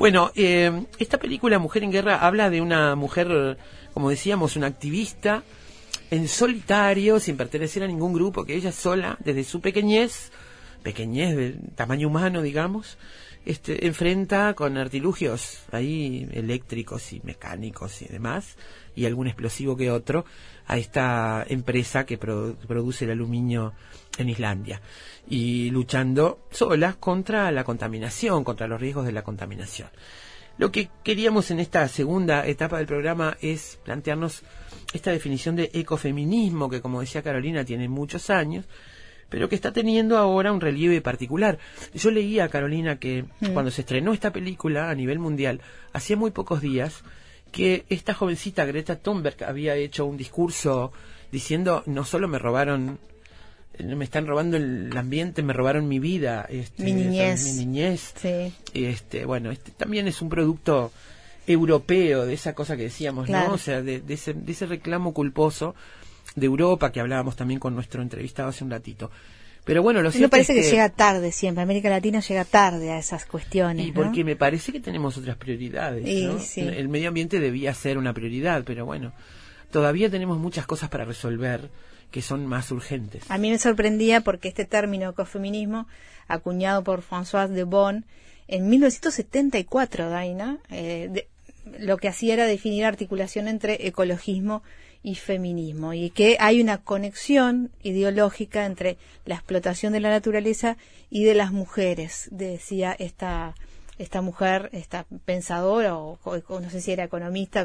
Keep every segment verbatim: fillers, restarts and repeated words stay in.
Bueno, eh, esta película Mujer en Guerra habla de una mujer, como decíamos, una activista en solitario, sin pertenecer a ningún grupo, que ella sola, desde su pequeñez, pequeñez de tamaño humano, digamos, este, enfrenta con artilugios ahí eléctricos y mecánicos y demás, y algún explosivo que otro, a esta empresa que pro, produce el aluminio en Islandia, y luchando sola contra la contaminación, contra los riesgos de la contaminación. Lo que queríamos en esta segunda etapa del programa es plantearnos esta definición de ecofeminismo, que, como decía Carolina, tiene muchos años, pero que está teniendo ahora un relieve particular. Yo leía, Carolina, que mm. cuando se estrenó esta película a nivel mundial, hacía muy pocos días, que esta jovencita Greta Thunberg había hecho un discurso diciendo: no solo me robaron, me están robando el ambiente, me robaron mi vida, este, mi niñez, mi niñez. Sí. Este, bueno, este también es un producto europeo de esa cosa que decíamos, claro. ¿no? O sea, de, de, ese, de ese reclamo culposo de Europa, que hablábamos también con nuestro entrevistado hace un ratito. Pero bueno, lo cierto me parece es que, que llega tarde siempre. América Latina llega tarde a esas cuestiones. Y ¿no? porque me parece que tenemos otras prioridades, y, ¿no? Sí. El medio ambiente debía ser una prioridad, pero bueno, todavía tenemos muchas cosas para resolver que son más urgentes. A mí me sorprendía porque este término ecofeminismo, acuñado por Françoise de Bon en mil novecientos setenta y cuatro, Daina, eh, de, lo que hacía era definir articulación entre ecologismo y feminismo, y que hay una conexión ideológica entre la explotación de la naturaleza y de las mujeres, decía esta esta mujer, esta pensadora, o, o no sé si era economista,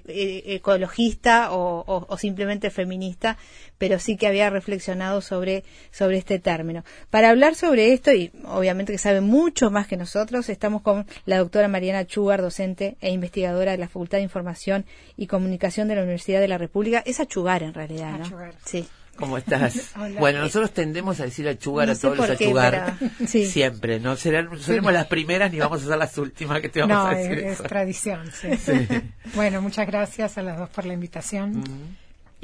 ecologista o, o, o simplemente feminista, pero sí que había reflexionado sobre, sobre este término. Para hablar sobre esto, y obviamente que sabe mucho más que nosotros, estamos con la doctora Mariana Chugar, docente e investigadora de la Facultad de Información y Comunicación de la Universidad de la República. Es Achugar en realidad, ¿no? Achugar. Sí. ¿Cómo estás? Hola. Bueno, nosotros tendemos a decir achugar no a todos los qué, achugar pero... sí. siempre, ¿no? Serán, seremos las primeras ni vamos a ser las últimas que te vamos no, a decir. Es, eso. es tradición, sí. sí. Bueno, muchas gracias a las dos por la invitación. Uh-huh.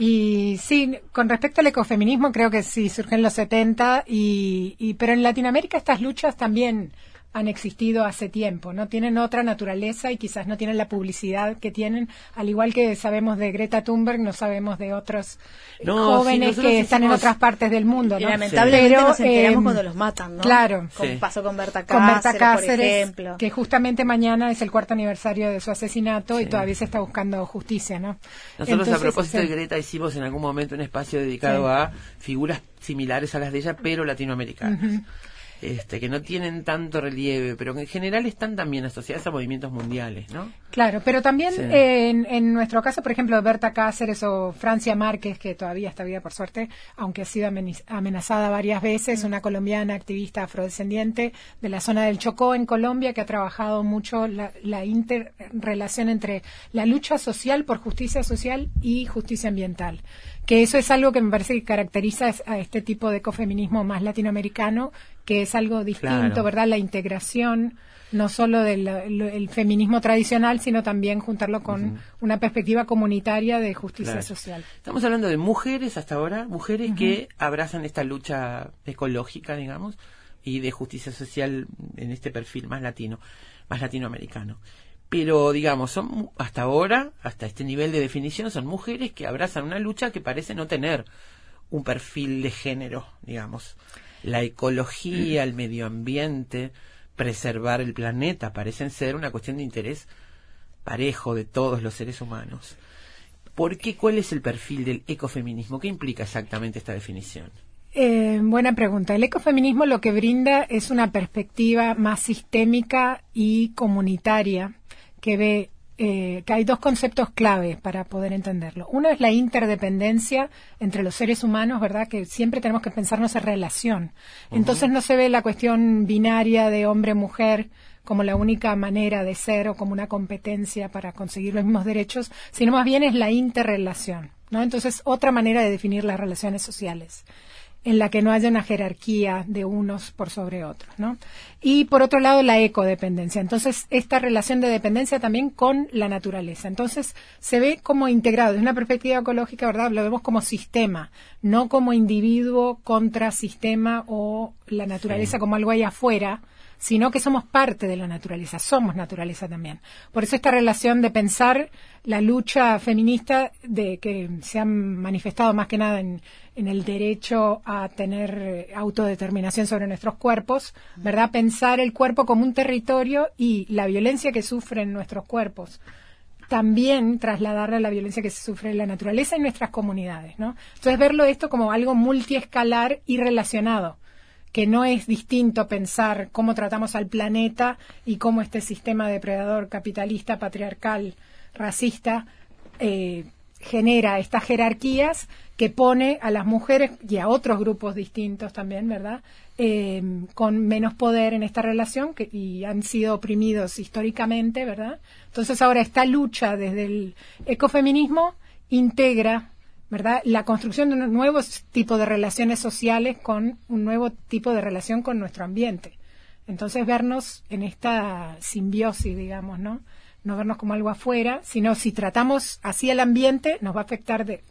Y sí, con respecto al ecofeminismo, creo que sí, surge en los setenta, y, y pero en Latinoamérica estas luchas también han existido hace tiempo, ¿no? Tienen otra naturaleza y quizás no tienen la publicidad que tienen, al igual que sabemos de Greta Thunberg, no sabemos de otros no, jóvenes sí, que hicimos... están en otras partes del mundo, ¿no? Y lamentablemente Pero, nos enteramos eh, cuando los matan, ¿no? Claro. Como sí. pasó con Berta Con Cáceres, Berta Cáceres, por ejemplo. Que justamente mañana es el cuarto aniversario de su asesinato, sí. Y todavía se está buscando justicia, ¿no? Nosotros Entonces, a propósito sí. de Greta hicimos en algún momento un espacio dedicado sí. a figuras similares a las de ella, pero latinoamericanas. Uh-huh. Este, que no tienen tanto relieve, pero que en general están también asociadas a movimientos mundiales, ¿no? Claro, pero también sí. eh, en, en nuestro caso, por ejemplo, Berta Cáceres o Francia Márquez, que todavía está viva por suerte, aunque ha sido amenazada varias veces, una colombiana activista afrodescendiente de la zona del Chocó en Colombia, que ha trabajado mucho la, la interrelación entre la lucha social por justicia social y justicia ambiental. Que eso es algo que me parece que caracteriza a este tipo de ecofeminismo más latinoamericano, que es algo distinto, claro. ¿verdad? La integración, no solo del el feminismo tradicional, sino también juntarlo con uh-huh. una perspectiva comunitaria de justicia claro. social. Estamos hablando de mujeres hasta ahora, mujeres uh-huh. que abrazan esta lucha ecológica, digamos, y de justicia social en este perfil más latino, más latinoamericano. Pero, digamos, son hasta ahora, hasta este nivel de definición, son mujeres que abrazan una lucha que parece no tener un perfil de género, digamos. La ecología, el medio ambiente, preservar el planeta, parecen ser una cuestión de interés parejo de todos los seres humanos. ¿Por qué? ¿Cuál es el perfil del ecofeminismo? ¿Qué implica exactamente esta definición? Eh, buena pregunta. El ecofeminismo lo que brinda es una perspectiva más sistémica y comunitaria, que ve eh, que hay dos conceptos clave para poder entenderlo. Uno es la interdependencia entre los seres humanos, ¿verdad? Que siempre tenemos que pensarnos en relación. Uh-huh. Entonces no se ve la cuestión binaria de hombre-mujer como la única manera de ser o como una competencia para conseguir los mismos derechos, sino más bien es la interrelación, ¿no? Entonces, otra manera de definir las relaciones sociales, en la que no haya una jerarquía de unos por sobre otros, ¿no? Y por otro lado, la ecodependencia. Entonces, esta relación de dependencia también con la naturaleza. Entonces, se ve como integrado. Desde una perspectiva ecológica, ¿verdad? Lo vemos como sistema, no como individuo contra sistema o la naturaleza sí. como algo ahí afuera, sino que somos parte de la naturaleza, somos naturaleza también. Por eso esta relación de pensar la lucha feminista de que se ha manifestado más que nada en, en el derecho a tener autodeterminación sobre nuestros cuerpos, ¿verdad? Pensar el cuerpo como un territorio y la violencia que sufren nuestros cuerpos también trasladarla a la violencia que se sufre en la naturaleza y en nuestras comunidades, ¿no? Entonces verlo esto como algo multiescalar y relacionado, que no es distinto pensar cómo tratamos al planeta y cómo este sistema depredador, capitalista, patriarcal, racista, eh, genera estas jerarquías que pone a las mujeres y a otros grupos distintos también, ¿verdad?, eh, con menos poder en esta relación que, y han sido oprimidos históricamente, ¿verdad? Entonces ahora esta lucha desde el ecofeminismo integra, ¿verdad?, la construcción de un nuevo tipo de relaciones sociales con un nuevo tipo de relación con nuestro ambiente. Entonces vernos en esta simbiosis, digamos, ¿no? No vernos como algo afuera, sino si tratamos así el ambiente, nos va a afectar de,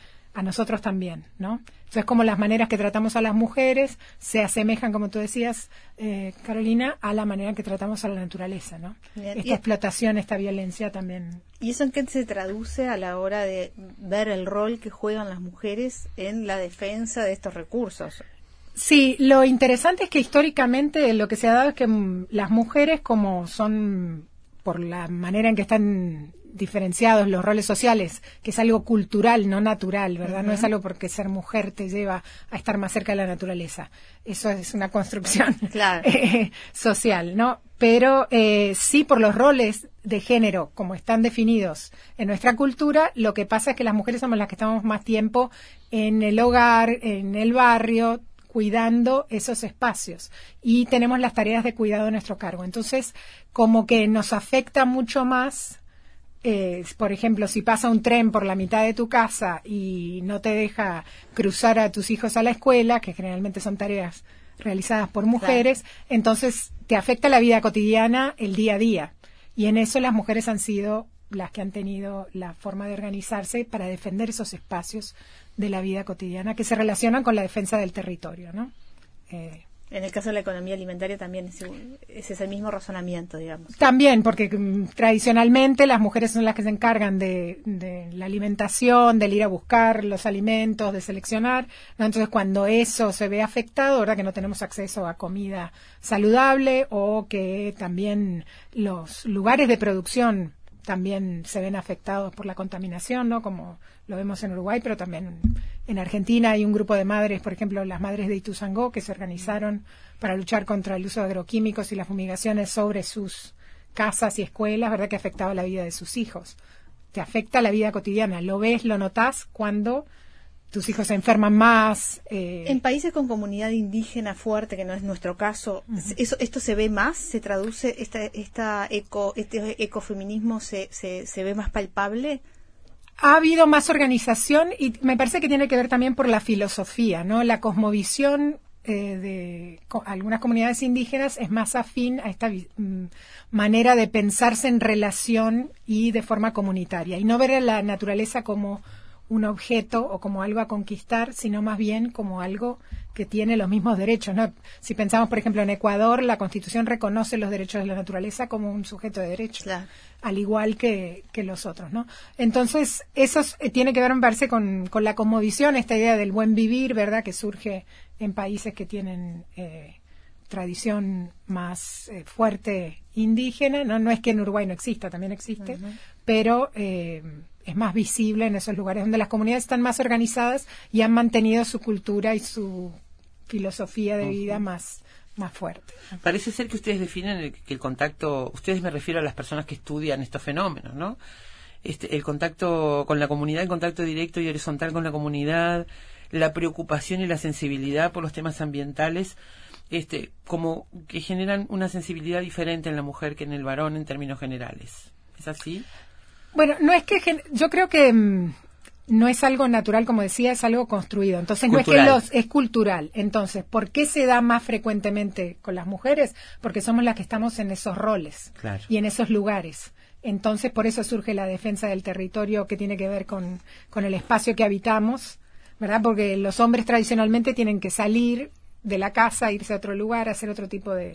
a nosotros también, ¿no? Entonces, como las maneras que tratamos a las mujeres se asemejan, como tú decías, eh, Carolina, a la manera que tratamos a la naturaleza, ¿no? Bien. Esta y, explotación, esta violencia también. ¿Y eso en qué se traduce a la hora de ver el rol que juegan las mujeres en la defensa de estos recursos? Sí, lo interesante es que históricamente lo que se ha dado es que m, las mujeres, como son, por la manera en que están diferenciados los roles sociales, que es algo cultural, no natural, ¿verdad? Uh-huh. No es algo porque ser mujer te lleva a estar más cerca de la naturaleza. Eso es una construcción claro. eh, social, ¿no? Pero eh, sí, por los roles de género, como están definidos en nuestra cultura, lo que pasa es que las mujeres somos las que estamos más tiempo en el hogar, en el barrio, cuidando esos espacios y tenemos las tareas de cuidado a nuestro cargo. Entonces, como que nos afecta mucho más, eh, por ejemplo, si pasa un tren por la mitad de tu casa y no te deja cruzar a tus hijos a la escuela, que generalmente son tareas realizadas por mujeres, claro. Entonces te afecta la vida cotidiana, el día a día. Y en eso las mujeres han sido las que han tenido la forma de organizarse para defender esos espacios de la vida cotidiana que se relacionan con la defensa del territorio, ¿no? Eh, en el caso de la economía alimentaria también es, ese es el mismo razonamiento, digamos. También, porque um, tradicionalmente las mujeres son las que se encargan de, de la alimentación, del ir a buscar los alimentos, de seleccionar, ¿no? Entonces, cuando eso se ve afectado, ¿verdad?, que no tenemos acceso a comida saludable o que también los lugares de producción también se ven afectados por la contaminación, ¿no?, como lo vemos en Uruguay, pero también en Argentina hay un grupo de madres, por ejemplo, las madres de Ituzaingó, que se organizaron para luchar contra el uso de agroquímicos y las fumigaciones sobre sus casas y escuelas, ¿verdad?, que afectaba la vida de sus hijos. Te afecta la vida cotidiana, lo ves, lo notás cuando tus hijos se enferman más. Eh... En países con comunidad indígena fuerte, que no es nuestro caso, uh-huh. eso, ¿esto se ve más? ¿Se traduce, esta, esta eco, este ecofeminismo se, se, se ve más palpable? Ha habido más organización y me parece que tiene que ver también por la filosofía, ¿no? La cosmovisión eh, de co- algunas comunidades indígenas es más afín a esta vi- manera de pensarse en relación y de forma comunitaria y no ver a la naturaleza como un objeto o como algo a conquistar, sino más bien como algo que tiene los mismos derechos, ¿no? Si pensamos, por ejemplo, en Ecuador, la Constitución reconoce los derechos de la naturaleza como un sujeto de derechos, claro. al igual que, que los otros, ¿no? Entonces, eso es, eh, tiene que ver, me parece, con, con la cosmovisión, esta idea del buen vivir, ¿verdad?, que surge en países que tienen eh, tradición más eh, fuerte indígena, ¿no? No es que en Uruguay no exista, también existe, uh-huh. pero eh, es más visible en esos lugares donde las comunidades están más organizadas y han mantenido su cultura y su filosofía de vida uh-huh. más, más fuerte. Parece ser que ustedes definen el, que el contacto, ustedes me refiero a las personas que estudian estos fenómenos, ¿no? Este, el contacto con la comunidad, el contacto directo y horizontal con la comunidad, la preocupación y la sensibilidad por los temas ambientales, este, como que generan una sensibilidad diferente en la mujer que en el varón en términos generales. ¿Es así? Bueno, no es que gen- yo creo que mmm, no es algo natural, como decía, es algo construido. Entonces cultural. No es que los, es cultural. Entonces, ¿por qué se da más frecuentemente con las mujeres? Porque somos las que estamos en esos roles claro. y en esos lugares. Entonces, por eso surge la defensa del territorio que tiene que ver con, con el espacio que habitamos, ¿verdad? Porque los hombres tradicionalmente tienen que salir de la casa, irse a otro lugar, hacer otro tipo de,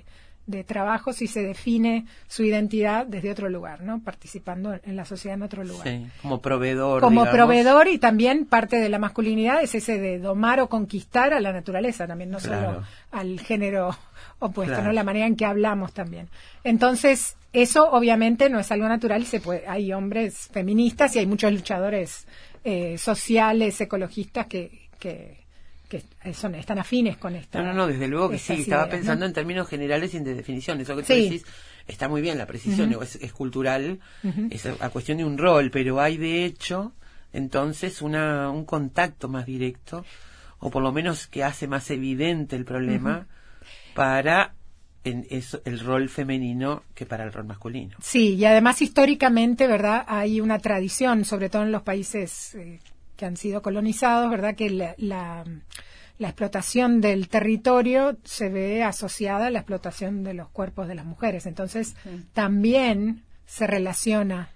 de trabajo si se define su identidad desde otro lugar, ¿no? Participando en la sociedad en otro lugar. Sí, como proveedor, Como digamos. proveedor, y también parte de la masculinidad es ese de domar o conquistar a la naturaleza también, no Claro. solo al género opuesto, Claro. ¿no? La manera en que hablamos también. Entonces, eso obviamente no es algo natural y se puede, hay hombres feministas y hay muchos luchadores eh, sociales, ecologistas que, que que son, están afines con esta. No, no, no, desde luego que sí. Estaba ideas, pensando ¿no? en términos generales y en definición. Eso que tú Sí. decís está muy bien, la precisión Uh-huh. es, es cultural, Uh-huh. es a, a cuestión de un rol, pero hay de hecho, entonces, una un contacto más directo, o por lo menos que hace más evidente el problema uh-huh. para en eso, el rol femenino que para el rol masculino. Sí, y además históricamente, ¿verdad? Hay una tradición, sobre todo en los países eh, que han sido colonizados, ¿verdad? Que la, la, la explotación del territorio se ve asociada a la explotación de los cuerpos de las mujeres. Entonces, sí. también se relaciona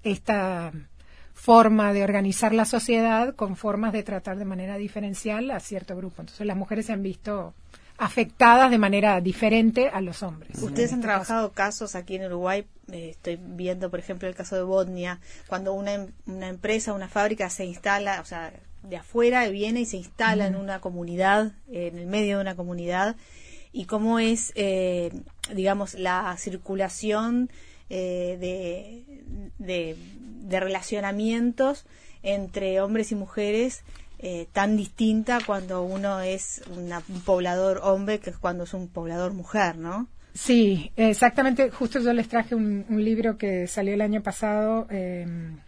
esta forma de organizar la sociedad con formas de tratar de manera diferencial a cierto grupo. Entonces, las mujeres se han visto afectadas de manera diferente a los hombres. Ustedes han trabajado casos aquí en Uruguay, eh, estoy viendo por ejemplo el caso de Botnia, cuando una, una empresa, una fábrica se instala, o sea, de afuera viene y se instala mm. en una comunidad, eh, en el medio de una comunidad, y cómo es, eh, digamos, la circulación eh, de, de, de relacionamientos entre hombres y mujeres, Eh, tan distinta cuando uno es una, un poblador hombre que cuando es un poblador mujer, ¿no? Sí, exactamente. Justo yo les traje un, un libro que salió el año pasado eh,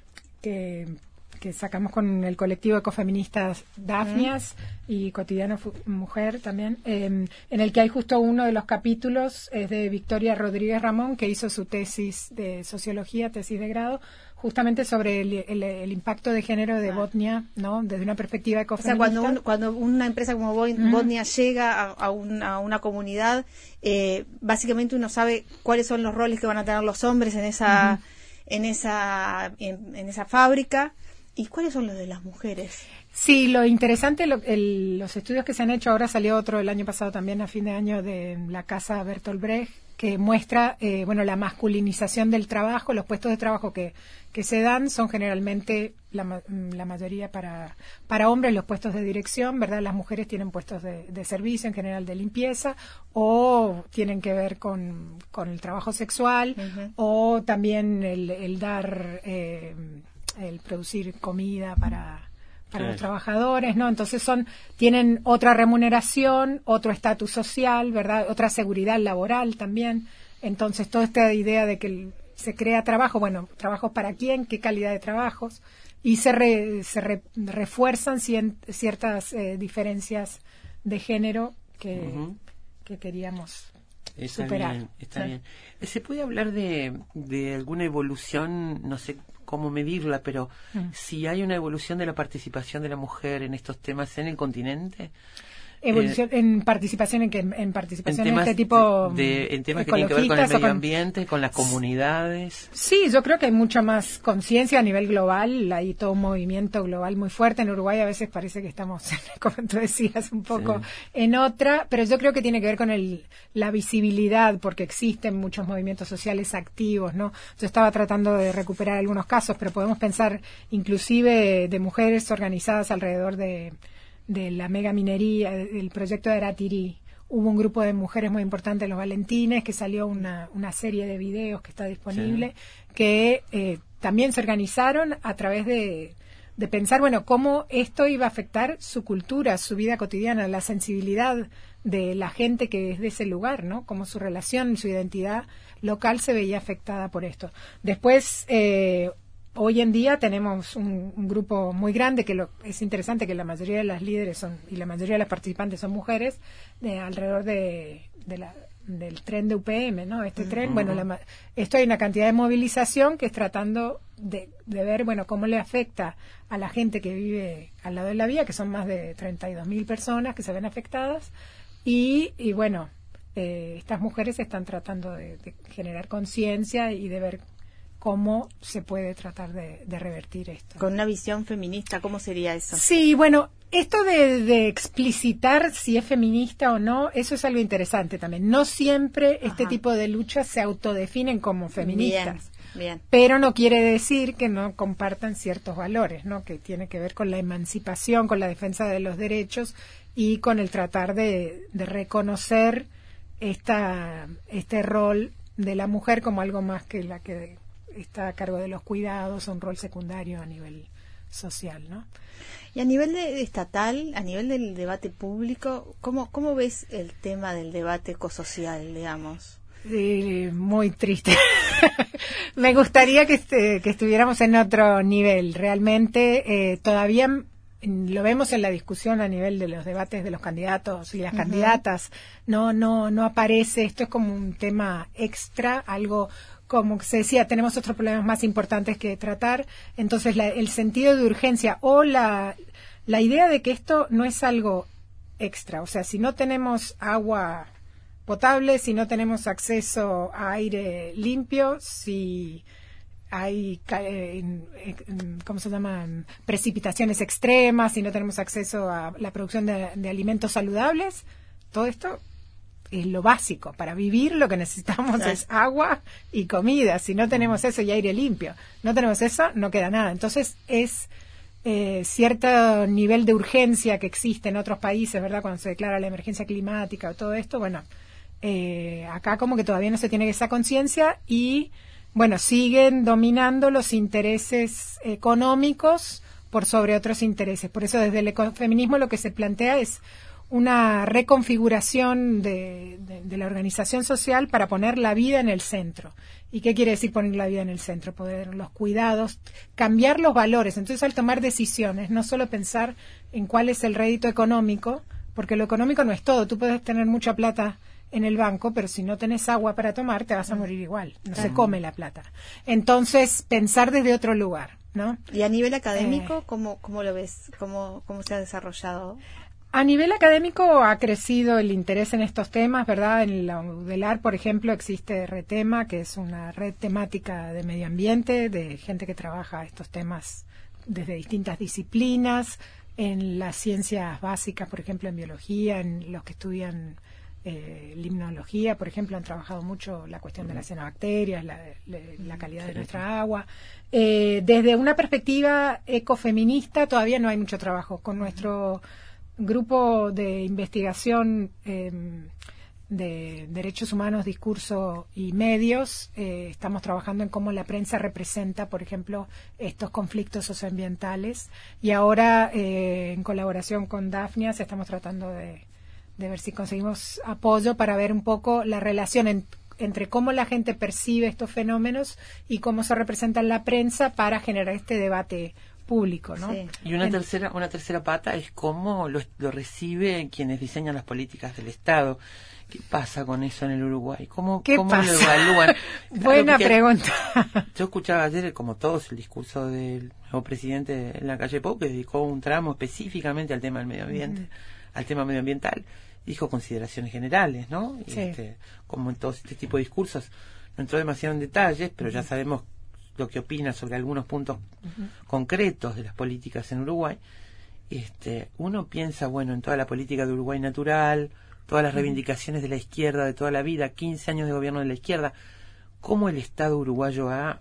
que, que sacamos con el colectivo ecofeministas Dafnias uh-huh. y Cotidiano Fu- Mujer también, eh, en el que hay justo uno de los capítulos es de Victoria Rodríguez Ramón, que hizo su tesis de sociología, tesis de grado, justamente sobre el, el, el impacto de género de ah. Botnia, ¿no? Desde una perspectiva ecofeminista. O sea, cuando, un, cuando una empresa como Botnia uh-huh. llega a, a, un, a una comunidad, eh, básicamente uno sabe cuáles son los roles que van a tener los hombres en esa, uh-huh. en esa, en, en esa fábrica y cuáles son los de las mujeres. Sí, lo interesante, lo, el, los estudios que se han hecho, ahora salió otro el año pasado también a fin de año de la casa Bertolt Brecht, que muestra, eh, bueno, la masculinización del trabajo. Los puestos de trabajo que, que se dan son generalmente la, la mayoría para, para hombres, los puestos de dirección, ¿verdad? Las mujeres tienen puestos de, de servicio, en general de limpieza, o tienen que ver con, con el trabajo sexual, uh-huh. o también el, el dar, eh, el producir comida para... para sí. los trabajadores, ¿no? Entonces son tienen otra remuneración, otro estatus social, ¿verdad? Otra seguridad laboral también. Entonces, toda esta idea de que el, se crea trabajo, bueno, trabajos para quién, qué calidad de trabajos, y se, re, se re, refuerzan cien, ciertas eh, diferencias de género que, uh-huh. que queríamos está superar. Bien, está ¿sí? bien. ¿Se puede hablar de, de alguna evolución, no sé cómo medirla, pero mm. si hay una evolución de la participación de la mujer en estos temas en el continente? Evolución eh, en participación en que en participación en, en este tipo de, en temas que tienen que ver con el medio con, ambiente, con las comunidades. Sí, yo creo que hay mucha más conciencia a nivel global, hay todo un movimiento global muy fuerte. En Uruguay a veces parece que estamos, como tú decías, un poco sí. en otra, pero yo creo que tiene que ver con el, la visibilidad, porque existen muchos movimientos sociales activos, ¿no? Yo estaba tratando de recuperar algunos casos, pero podemos pensar inclusive de mujeres organizadas alrededor de de la mega minería, del proyecto de Aratirí. Hubo un grupo de mujeres muy importante, los Valentines, que salió una, una serie de videos que está disponible, sí. que eh, también se organizaron a través de, de pensar, bueno, cómo esto iba a afectar su cultura, su vida cotidiana, la sensibilidad de la gente que es de ese lugar, ¿no? Cómo su relación, su identidad local se veía afectada por esto. Después, eh, hoy en día tenemos un, un grupo muy grande que lo, es interesante que la mayoría de las líderes son y la mayoría de las participantes son mujeres de alrededor de, de la, del tren de U P M, ¿no? Este uh-huh. tren, bueno, la, esto hay una cantidad de movilización que es tratando de, de ver, bueno, cómo le afecta a la gente que vive al lado de la vía, que son más de treinta y dos mil personas que se ven afectadas y, y bueno, eh, estas mujeres están tratando de, de generar conciencia y de ver cómo se puede tratar de, de revertir esto. Con una visión feminista, ¿cómo sería eso? Sí, bueno, Esto de, de explicitar si es feminista o no, eso es algo interesante también. No siempre Ajá. este tipo de luchas se autodefinen como feministas. Bien, bien. Pero no quiere decir que no compartan ciertos valores, ¿no? Que tiene que ver con la emancipación, con la defensa de los derechos y con el tratar de, de reconocer esta, este rol de la mujer como algo más que la que está a cargo de los cuidados, un rol secundario a nivel social, ¿no? Y a nivel de, estatal, a nivel del debate público, ¿cómo, cómo ves el tema del debate ecosocial, digamos? Sí, muy triste. Me gustaría que, este, que estuviéramos en otro nivel. Realmente eh, todavía lo vemos en la discusión a nivel de los debates de los candidatos y las uh-huh. candidatas. No, no, no aparece. Esto es como un tema extra, algo como que se decía, tenemos otros problemas más importantes que tratar. Entonces, la, el sentido de urgencia o la, la idea de que esto no es algo extra. O sea, si no tenemos agua potable, si no tenemos acceso a aire limpio, si hay, ¿cómo se llama?, precipitaciones extremas, si no tenemos acceso a la producción de, de alimentos saludables, todo esto es lo básico. Para vivir lo que necesitamos sí. es agua y comida. Si no tenemos eso y aire limpio, no tenemos eso, no queda nada. Entonces es eh, cierto nivel de urgencia que existe en otros países, ¿verdad? Cuando se declara la emergencia climática o todo esto, bueno, eh, acá como que todavía no se tiene esa conciencia y, bueno, siguen dominando los intereses económicos por sobre otros intereses. Por eso desde el ecofeminismo lo que se plantea es una reconfiguración de, de, de la organización social para poner la vida en el centro. ¿Y qué quiere decir poner la vida en el centro? Poder los cuidados, cambiar los valores. Entonces, al tomar decisiones, no solo pensar en cuál es el rédito económico, porque lo económico no es todo. Tú puedes tener mucha plata en el banco, pero si no tenés agua para tomar, te vas a morir igual. No se come la plata. Entonces, pensar desde otro lugar, ¿no? Y a nivel académico, eh, ¿cómo, cómo lo ves? ¿Cómo, cómo se ha desarrollado? A nivel académico ha crecido el interés en estos temas, ¿verdad? En la UDELAR, por ejemplo, existe RETEMA, que es una red temática de medio ambiente, de gente que trabaja estos temas desde distintas disciplinas, en las ciencias básicas, por ejemplo, en biología, en los que estudian eh, limnología, por ejemplo, han trabajado mucho la cuestión de las cianobacterias, la, la, la calidad de nuestra agua. Eh, desde una perspectiva ecofeminista todavía no hay mucho trabajo. Con nuestro grupo de investigación eh, de derechos humanos, discurso y medios, eh, estamos trabajando en cómo la prensa representa, por ejemplo, estos conflictos socioambientales y ahora eh, en colaboración con Dafnias estamos tratando de, de ver si conseguimos apoyo para ver un poco la relación en, entre cómo la gente percibe estos fenómenos y cómo se representa en la prensa para generar este debate público, ¿no? Sí. Y una tercera una tercera pata es cómo lo, lo recibe quienes diseñan las políticas del Estado. ¿Qué pasa con eso en el Uruguay? ¿Cómo, ¿Qué cómo pasa? lo evalúan? Buena claro, pregunta. Yo escuchaba ayer, como todos, el discurso del nuevo presidente en la calle Pou, que dedicó un tramo específicamente al tema del medio ambiente, mm. al tema medioambiental. Dijo consideraciones generales, ¿no? Sí. Este, como en todo este tipo de discursos. No entró demasiado en detalles, pero ya sabemos lo que opina sobre algunos puntos uh-huh. concretos de las políticas en Uruguay. Este, uno piensa, bueno, en toda la política de Uruguay natural, todas las uh-huh. reivindicaciones de la izquierda de toda la vida, quince años de gobierno de la izquierda, cómo el Estado uruguayo ha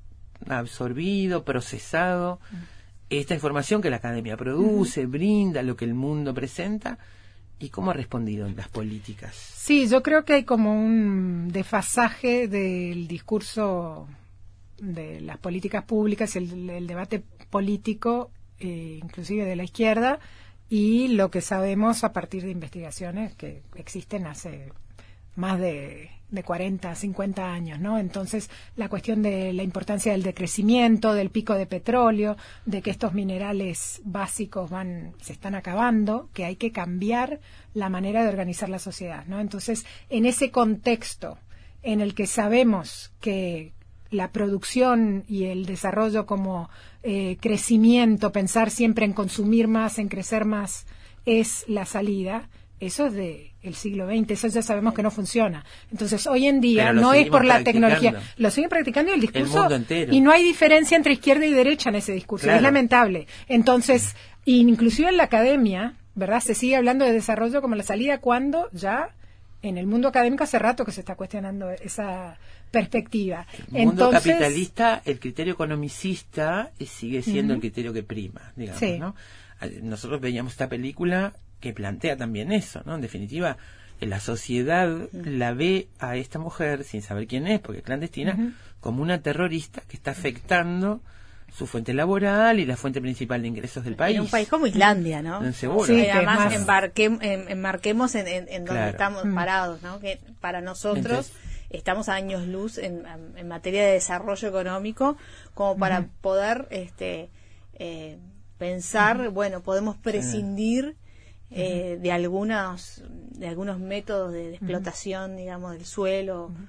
absorbido, procesado uh-huh. esta información que la academia produce, uh-huh. brinda, lo que el mundo presenta, y cómo ha respondido en las políticas. Sí, yo creo que hay como un desfasaje del discurso de las políticas públicas y el, el debate político, eh, inclusive de la izquierda, y lo que sabemos a partir de investigaciones que existen hace más de, de cuarenta, cincuenta años, ¿no? Entonces, la cuestión de la importancia del decrecimiento, del pico de petróleo, de que estos minerales básicos van, se están acabando, que hay que cambiar la manera de organizar la sociedad, ¿no? Entonces, en ese contexto en el que sabemos que la producción y el desarrollo como eh, crecimiento, pensar siempre en consumir más, en crecer más, es la salida. Eso es de el siglo veinte, eso ya sabemos que no funciona. Entonces, hoy en día no es por la tecnología, lo siguen practicando y el discurso, el mundo entero. Y no hay diferencia entre izquierda y derecha en ese discurso, claro. Es lamentable. Entonces, inclusive en la academia, ¿verdad? Se sigue hablando de desarrollo como la salida cuando ya en el mundo académico hace rato que se está cuestionando esa perspectiva. El mundo Entonces, capitalista, el criterio economicista eh, sigue siendo uh-huh. el criterio que prima, digamos, sí. ¿no? Nosotros veíamos esta película que plantea también eso, ¿no? En definitiva, la sociedad uh-huh. la ve a esta mujer, sin saber quién es, porque es clandestina, uh-huh. como una terrorista que está afectando su fuente laboral y la fuente principal de ingresos del país. En un país como Islandia, ¿no? Seguro. Sí, además más... embarque, en, enmarquemos en, en, en donde claro. estamos mm. parados, ¿no? Que para nosotros Entonces, estamos a años luz en, en materia de desarrollo económico, como para uh-huh. poder este eh, pensar, uh-huh. bueno, podemos prescindir uh-huh. eh, de algunos de algunos métodos de, de explotación, uh-huh. digamos, del suelo. Uh-huh.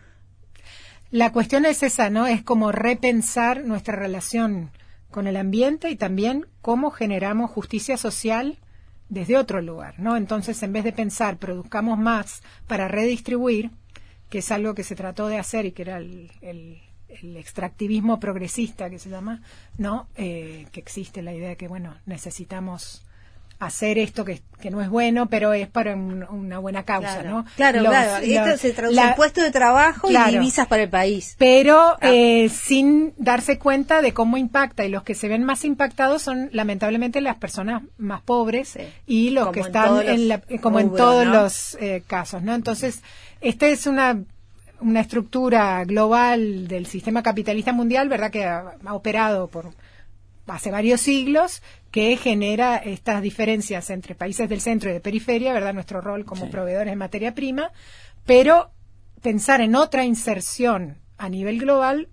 La cuestión es esa, ¿no? Es como repensar nuestra relación con el ambiente y también cómo generamos justicia social desde otro lugar, ¿no? Entonces, en vez de pensar, produzcamos más para redistribuir, que es algo que se trató de hacer y que era el, el, el extractivismo progresista que se llama, ¿no? Eh, que existe la idea de que, bueno, necesitamos hacer esto que, que no es bueno, pero es para un, una buena causa, claro. ¿no? Claro, los, claro. Esto los, se traduce la, en puestos de trabajo claro, y divisas para el país. Pero ah. eh, sin darse cuenta de cómo impacta, y los que se ven más impactados son lamentablemente las personas más pobres sí. y los como que están en, en la, como rubros, en todos ¿no? los eh, casos, ¿no? Entonces, esta es una una estructura global del sistema capitalista mundial, ¿verdad? Que ha, ha operado por hace varios siglos, que genera estas diferencias entre países del centro y de periferia, ¿verdad? Nuestro rol como sí. proveedores de materia prima, pero pensar en otra inserción a nivel global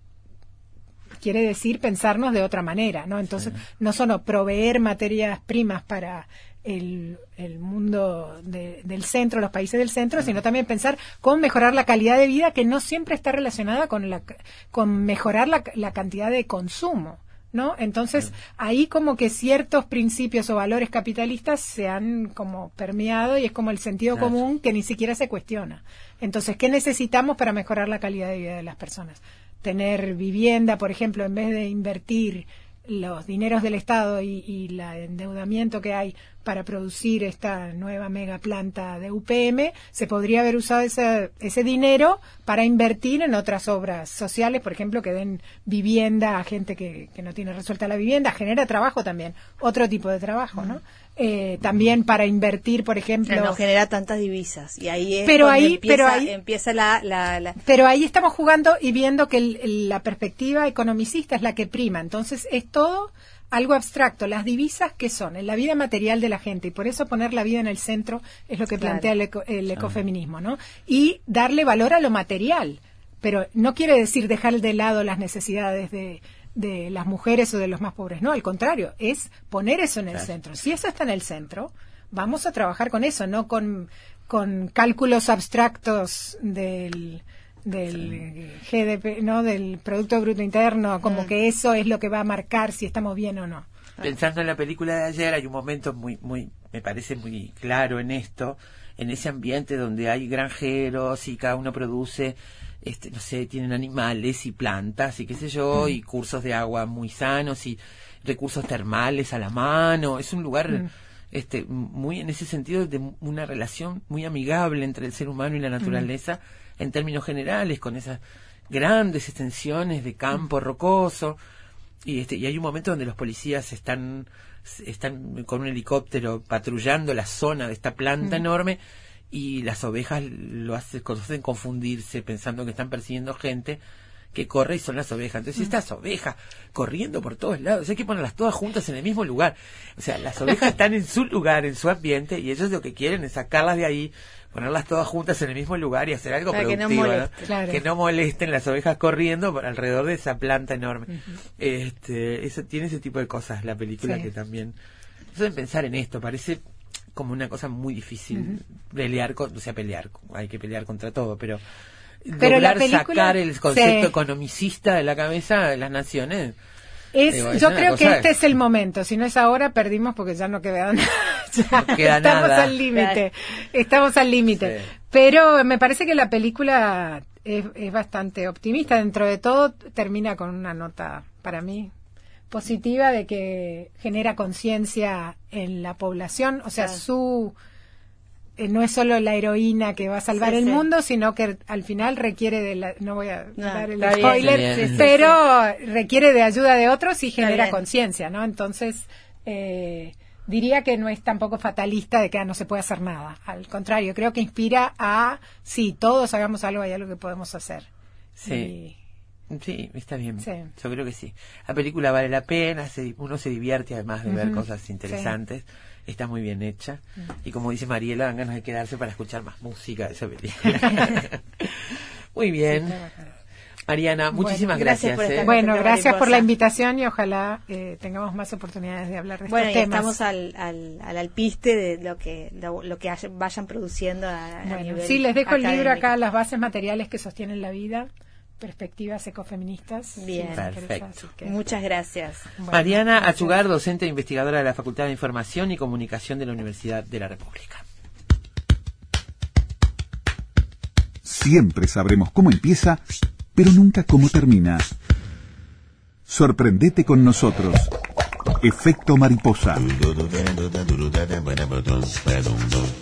quiere decir pensarnos de otra manera, ¿no? Entonces, sí. no solo proveer materias primas para el, el mundo de, del centro, los países del centro, sí. sino también pensar cómo mejorar la calidad de vida, que no siempre está relacionada con la con mejorar la, la cantidad de consumo, ¿no? Entonces, sí. ahí como que ciertos principios o valores capitalistas se han como permeado y es como el sentido claro. común que ni siquiera se cuestiona. Entonces, ¿qué necesitamos para mejorar la calidad de vida de las personas? Tener vivienda, por ejemplo, en vez de invertir los dineros del Estado y, y el endeudamiento que hay para producir esta nueva mega planta de U P M, se podría haber usado ese, ese dinero para invertir en otras obras sociales, por ejemplo, que den vivienda a gente que, que no tiene resuelta la vivienda, genera trabajo también, otro tipo de trabajo, ¿no? Eh, también para invertir, por ejemplo... No genera tantas divisas, y ahí es pero donde ahí, empieza, pero ahí, empieza la, la, la... Pero ahí estamos jugando y viendo que el, el, la perspectiva economicista es la que prima, entonces es todo algo abstracto. Las divisas, ¿qué son? En la vida material de la gente, y por eso poner la vida en el centro es lo que claro. plantea el, eco, el ecofeminismo, ¿no? Y darle valor a lo material, pero no quiere decir dejar de lado las necesidades de... de las mujeres o de los más pobres, no, al contrario, es poner eso en el claro. centro. Si eso está en el centro, vamos a trabajar con eso, no con, con cálculos abstractos del del sí. G D P, no, del Producto Bruto Interno, como mm. que eso es lo que va a marcar si estamos bien o no. Pensando en la película de ayer, hay un momento muy muy me parece muy claro en esto, en ese ambiente donde hay granjeros y cada uno produce Este, no sé, tienen animales y plantas y qué sé yo, mm. y cursos de agua muy sanos y recursos termales a la mano. Es un lugar mm. este muy en ese sentido de una relación muy amigable entre el ser humano y la naturaleza mm. en términos generales, con esas grandes extensiones de campo mm. rocoso. Y este y hay un momento donde los policías están están con un helicóptero patrullando la zona de esta planta mm. enorme, y las ovejas lo hacen, hacen confundirse pensando que están persiguiendo gente que corre y son las ovejas. Entonces mm. estas ovejas corriendo por todos lados, hay que ponerlas todas juntas en el mismo lugar. O sea, las ovejas están en su lugar, en su ambiente, y ellos lo que quieren es sacarlas de ahí, ponerlas todas juntas en el mismo lugar y hacer algo para productivo, que no, moleste, ¿no? Claro. Que no molesten las ovejas corriendo por alrededor de esa planta enorme. Uh-huh. Este, eso tiene ese tipo de cosas la película sí. que también. Eso de pensar en esto parece como una cosa muy difícil uh-huh. pelear con, o sea, pelear, hay que pelear contra todo, pero, pero lograr la película, sacar el concepto sí. economicista de la cabeza de las naciones. Es, digo, es yo creo que este de... es el momento, si no es ahora perdimos porque ya no queda nada, ya no queda estamos nada. al límite, estamos al límite, sí. pero me parece que la película es, es bastante optimista, dentro de todo termina con una nota para mí positiva de que genera conciencia en la población, o sea, Claro. su eh, no es solo la heroína que va a salvar Sí, el sí. mundo, sino que al final requiere de la, no voy a No, dar el está bien. spoiler, Bien. Sí, sí, pero requiere de ayuda de otros y Está genera bien. conciencia, ¿no? Entonces, eh, diría que no es tampoco fatalista de que ah, no se puede hacer nada. Al contrario, creo que inspira a, sí, todos hagamos algo, hay algo que podemos hacer. Sí. Y- Sí, está bien. Sí. Yo creo que sí. La película vale la pena, se- uno se divierte además de ver Ujú. cosas interesantes. Está muy bien hecha. Y como dice Mariela, dan ganas de quedarse para escuchar más música de esa película. Muy bien. Sí, está bacán. Mariana, muchísimas gracias gracias. por ¿eh? estar Bueno, Efecto gracias por mariposa. la invitación y ojalá eh, tengamos más oportunidades de hablar de Bueno, y estos temas. estamos al, al, al alpiste de lo que lo, lo que haya- vayan produciendo a, a Bueno, nivel sí, les dejo el libro académico. acá, Las bases materiales que sostienen la vida, perspectivas ecofeministas. Bien. si les interesa, Perfecto. así que- Muchas gracias. bueno, Mariana gracias. Achugar, docente e investigadora de la Facultad de Información y Comunicación de la Universidad de la República. Siempre sabremos cómo empieza, pero nunca cómo termina. Sorprendete con nosotros. Efecto mariposa.